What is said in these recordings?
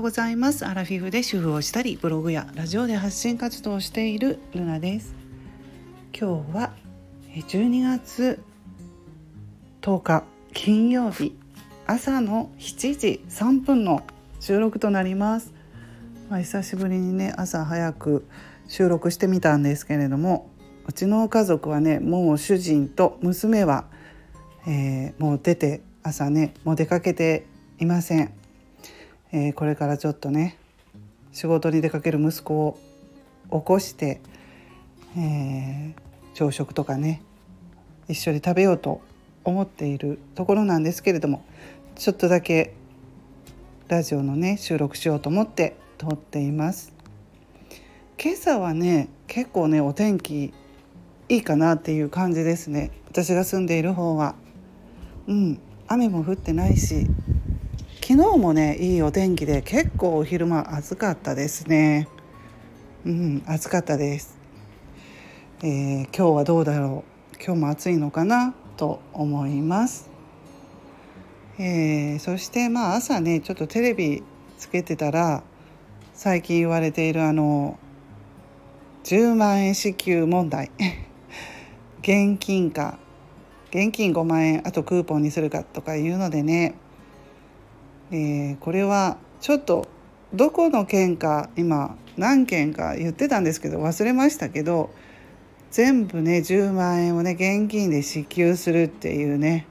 ございます。アラフィフで主婦をしたりブログやラジオで発信活動をしているルナです。今日は12月10日金曜日朝の7時3分の収録となります。久しぶりにね朝早く収録してみたんですけれども、うちの家族はねもう主人と娘は、もう出て朝ねもう出かけていません。これからちょっとね仕事に出かける息子を起こして、朝食とかね一緒に食べようと思っているところなんですけれども、ちょっとだけラジオのね収録しようと思って撮っています。今朝はね結構ねお天気いいかなっていう感じですね。私が住んでいる方は雨も降ってないし、昨日もねいいお天気で結構お昼間暑かったですね。暑かったです。今日はどうだろう。今日も暑いのかなと思います。そして朝ねちょっとテレビつけてたら最近言われている10万円支給問題現金5万円あとクーポンにするかとかいうのでね、これはちょっとどこの県か今何県か言ってたんですけど忘れましたけど、全部ね10万円をね現金で支給するっていうね、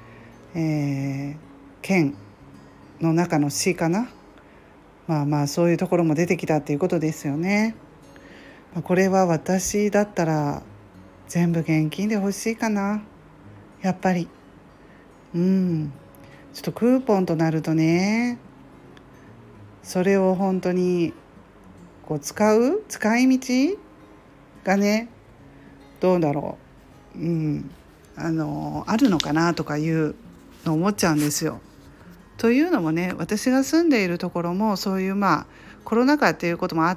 県の中の市かな、そういうところも出てきたっていうことですよね。これは私だったら全部現金で欲しいかな、やっぱり。ちょっとクーポンとなるとね、それを本当にこう使い道がねどうだろう、あるのかなとかいうの思っちゃうんですよ。というのもね、私が住んでいるところもそういうコロナ禍っていうこともあって、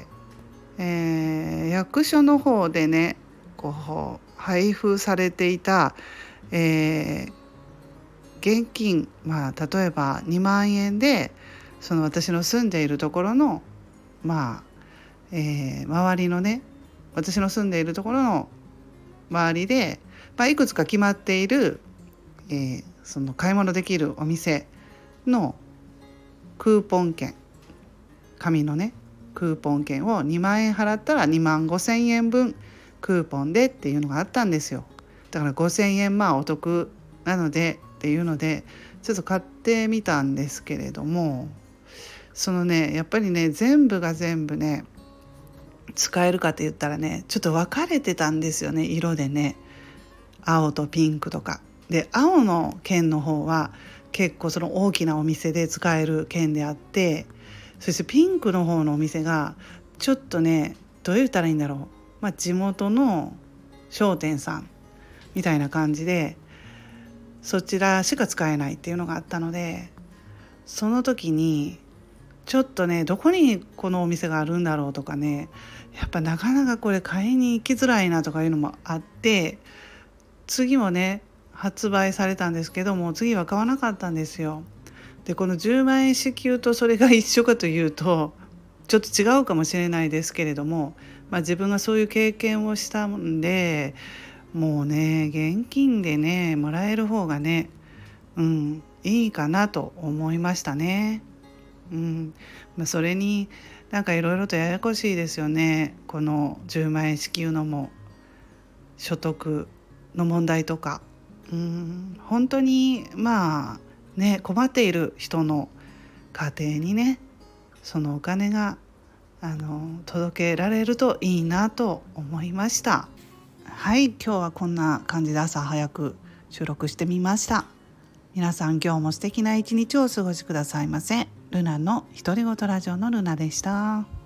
役所の方でねこう配布されていた、現金例えば2万円でその私の住んでいるところの周りのね私の住んでいるところの周りで、いくつか決まっている、その買い物できるお店のクーポン券、紙のねクーポン券を2万円払ったら2万5千円分クーポンでっていうのがあったんですよ。だから5千円お得なのでっていうのでちょっと買ってみたんですけれども、そのねやっぱりね全部が全部ね使えるかって言ったらねちょっと分かれてたんですよね、色でね。青とピンクとかで、青の券の方は結構その大きなお店で使える券であって、そしてピンクの方のお店がちょっとねどう言ったらいいんだろう、地元の商店さんみたいな感じでそちらしか使えないっていうのがあったので、その時にちょっとねどこにこのお店があるんだろうとかね、やっぱなかなかこれ買いに行きづらいなとかいうのもあって、次もね発売されたんですけども次は買わなかったんですよ。でこの10万円支給とそれが一緒かというとちょっと違うかもしれないですけれども、自分がそういう経験をしたんで、もうね現金でねもらえる方がねいいかなと思いましたね。それにいろいろとややこしいですよね。この10万円支給のも所得の問題とか、本当に困っている人の家庭にねそのお金が届けられるといいなと思いました。はい、今日はこんな感じで朝早く収録してみました。皆さん今日も素敵な一日をお過ごしくださいませ。ルナの独り言ラジオのルナでした。